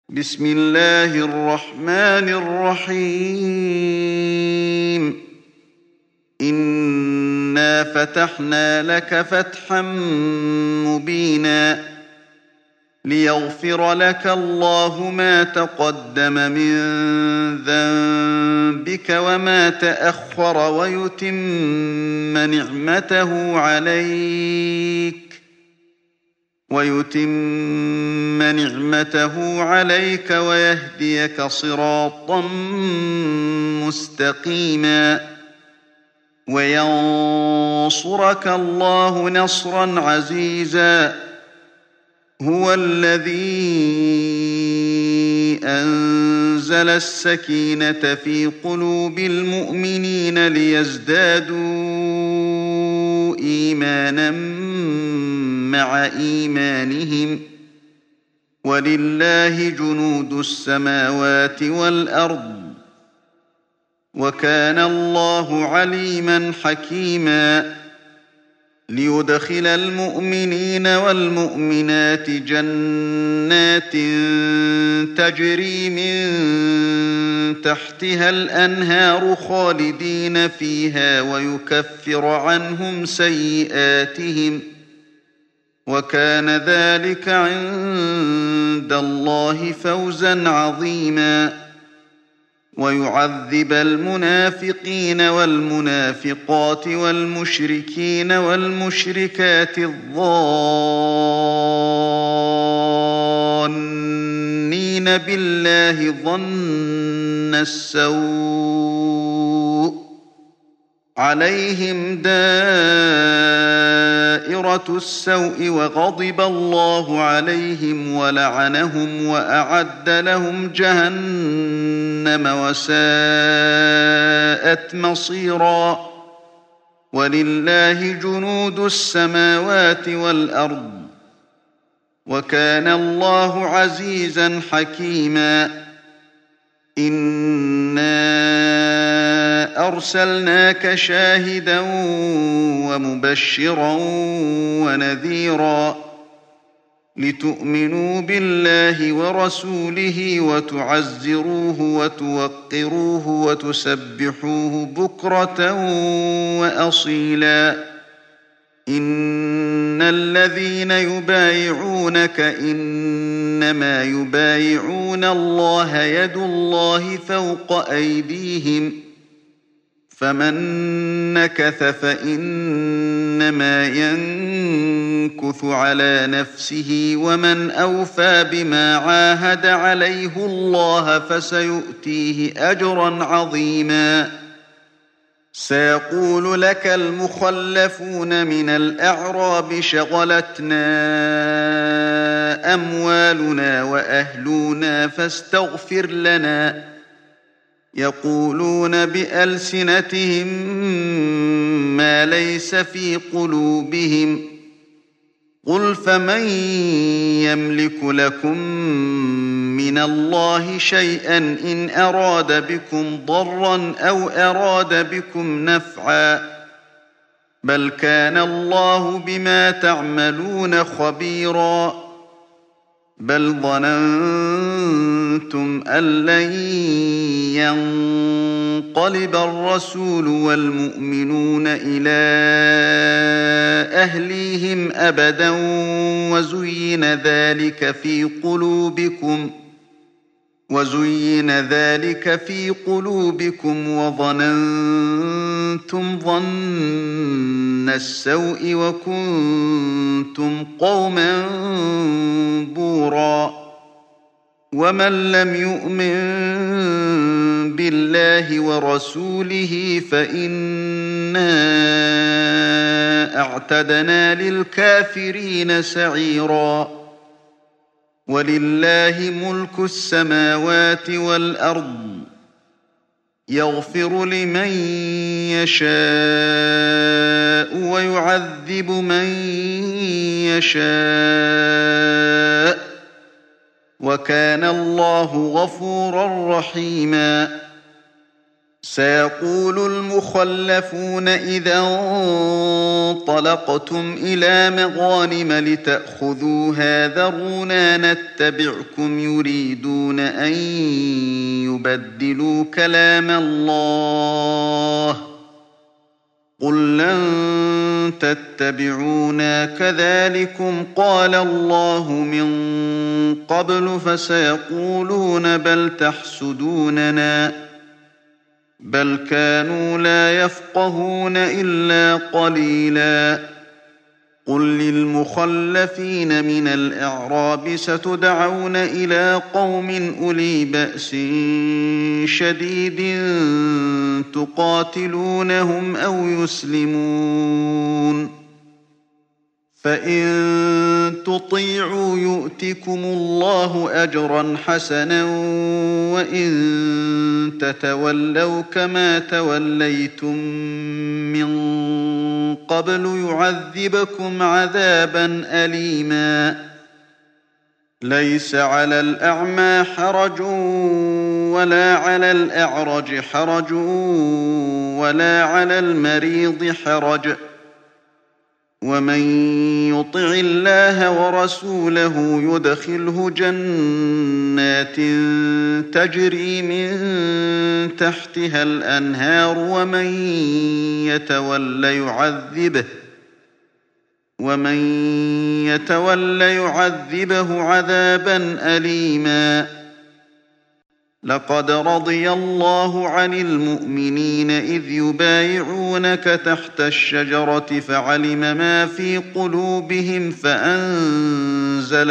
بسم الله الرحمن الرحيم. إنا فتحنا لك فتحا مبينا ليغفر لك الله ما تقدم من ذنبك وما تأخر ويتم نعمته عليك ويهديك صراطا مستقيما وينصرك الله نصرا عزيزا. هو الذي أنزل السكينة في قلوب المؤمنين ليزدادوا إيمانا مع إيمانهم ولله جنود السماوات والأرض وكان الله عليما حكيما. ليدخل المؤمنين والمؤمنات جنات تجري من تحتها الأنهار خالدين فيها ويكفر عنهم سيئاتهم وكان ذلك عند الله فوزا عظيما. ويعذب المنافقين والمنافقات والمشركين والمشركات الظانين بالله ظن السوء عليهم دائرة السوء وغضب الله عليهم ولعنهم وأعد لهم جهنم وساءت مصيرا. ولله جنود السماوات والأرض وكان الله عزيزا حكيما. إنا أرسلناك شاهدا ومبشرا ونذيرا لتؤمنوا بالله ورسوله وتعزروه وتوقروه وتسبحوه بكرة وأصيلا. إن الذين يبايعونك إنما يبايعون الله يد الله فوق أيديهم فمن نكث فإنما ينكث على نفسه ومن أوفى بما عاهد عليه الله فسيؤتيه أجرا عظيما. سيقول لك المخلفون من الأعراب شغلتنا أموالنا وأهلنا فاستغفر لنا. يقولون بألسنتهم ما ليس في قلوبهم قل فمن يملك لكم من الله شيئا إن أراد بكم ضرا أو أراد بكم نفعا بل كان الله بما تعملون خبيرا. بل ظننتم أن لن ينقلب الرسول والمؤمنون إلى أهليهم أبدا وزين ذلك في قلوبكم وظننتم ظن السوء وكنتم قوما بورا. ومن لم يؤمن بالله ورسوله فإنا أعتدنا للكافرين سعيرا. ولله ملك السماوات والأرض يغفر لمن يشاء ويعذب من يشاء وكان الله غفورا رحيما. سيقول المخلفون إذا انطلقتم إلى مغانم لتأخذوها ذرونا نتبعكم يريدون أن يبدلوا كلام الله. قل لن تتبعونا كذلكم قال الله من قبل فسيقولون بل تحسدوننا بل كانوا لا يفقهون إلا قليلا. قل للمخلفين من الأعراب ستدعون إلى قوم أولي بأس شديد تقاتلونهم أو يسلمون فإن تطيعوا يؤتكم الله أجرا حسنا وإن تتولوا كما توليتم من قبل يعذبكم عذابا أليما. ليس على الأعمى حرج ولا على الأعرج حرج ولا على المريض حرج ومن يطع الله ورسوله يدخله جنات تجري من تحتها الأنهار ومن يتول يعذبه عذابا أليما. لقد رضي الله عن المؤمنين إذ يبايعونك تحت الشجرة فعلم ما في قلوبهم فأنزل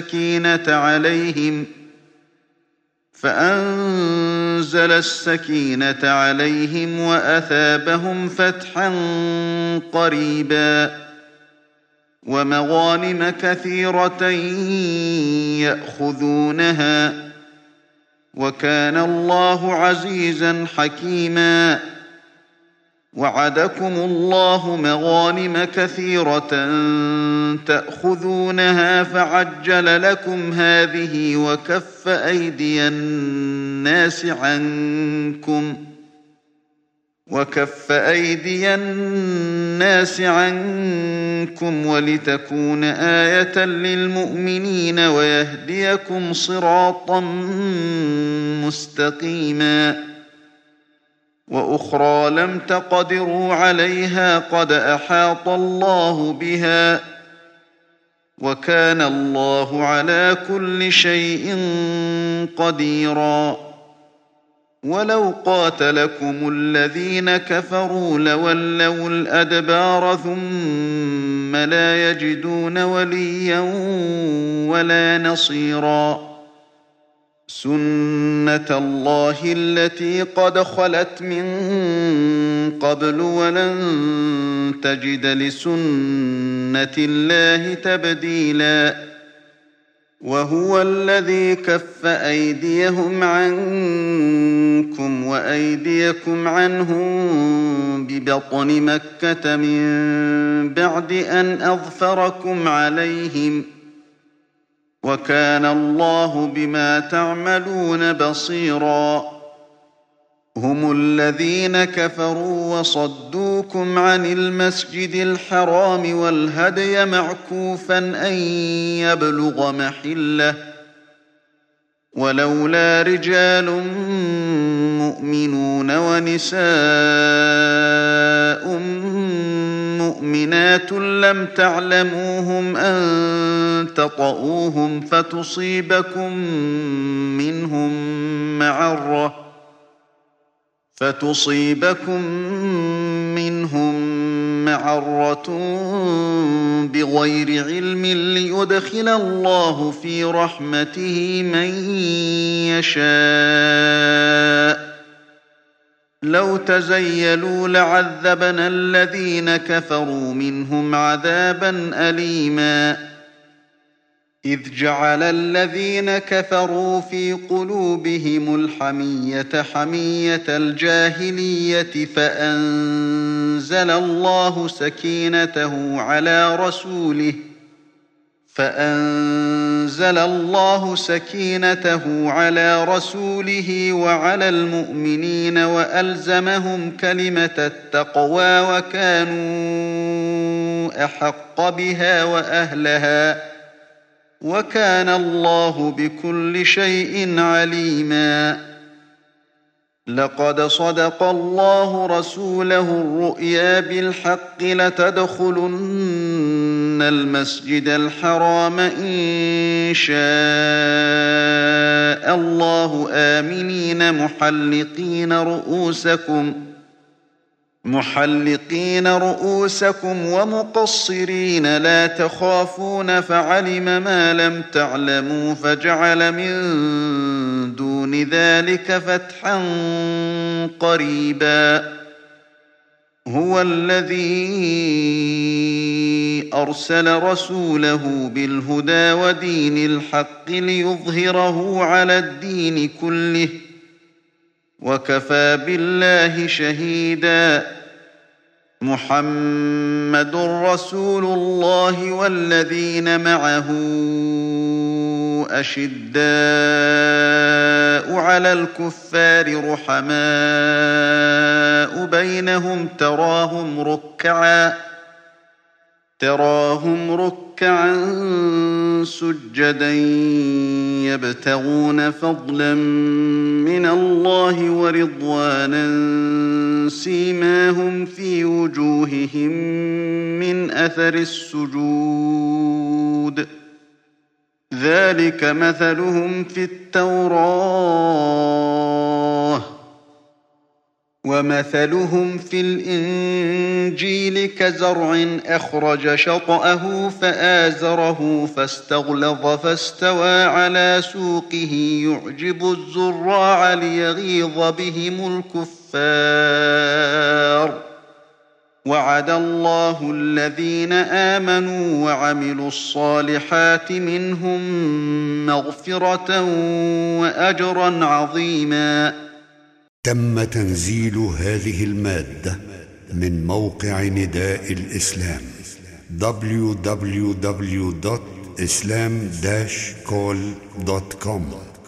السكينة عليهم وأثابهم فتحا قريبا ومغانم كثيرة يأخذونها وكان الله عزيزا حكيما. وعدكم الله مغانم كثيرة تأخذونها فعجل لكم هذه وكف أيدي الناس عنكم ولتكون آية للمؤمنين ويهديكم صراطا مستقيما. وأخرى لم تقدروا عليها قد أحاط الله بها وكان الله على كل شيء قديرا. ولو قاتلكم الذين كفروا لولوا الأدبار ثم لا يجدون وليا ولا نصيرا. سنة الله التي قد خلت من قبل ولن تجد لسنة الله تبديلا. وهو الذي كف أيديهم عنكم وأيديكم عنهم ببطن مكة من بعد أن أظفركم عليهم وكان الله بما تعملون بصيرا. هم الذين كفروا وصدوكم عن المسجد الحرام والهدي معكوفا أن يبلغ محله ولولا رجال مؤمنون ونساء مؤمنات لم تعلموهم أن تطؤوهم فتصيبكم منهم معرة بغير علم ليدخل الله في رحمته من يشاء. لو تزيلوا لعذبنا الذين كفروا منهم عذابا أليما. إذ جعل الذين كفروا في قلوبهم الحمية حمية الجاهلية فأنزل الله سكينته على رسوله وعلى المؤمنين وألزمهم كلمة التقوى وكانوا أحق بها وأهلها وكان الله بكل شيء عليما. لقد صدق الله رسوله الرؤيا بالحق لتدخلن المسجد الحرام إن شاء الله آمنين محلقين رؤوسكم ومقصرين لا تخافون فعلم ما لم تعلموا فجعل من دون ذلك فتحا قريبا. هو الذي أرسل رسوله بالهدى ودين الحق ليظهره على الدين كله وكفى بالله شهيدا. محمد رسول الله والذين معه أشداء على الكفار رحماء بينهم تراهم ركعا سجدا يبتغون فضلا من الله ورضوانا سيماهم في وجوههم من أثر السجود ذلك مثلهم في التوراة ومثلهم في الإنجيل كزرع أخرج شطأه فآزره فاستغلظ فاستوى على سوقه يعجب الزراع ليغيظ بهم الكفار. وعد الله الذين آمنوا وعملوا الصالحات منهم مغفرة وأجرا عظيما. تم تنزيل هذه المادة من موقع نداء الإسلام www.islam-call.com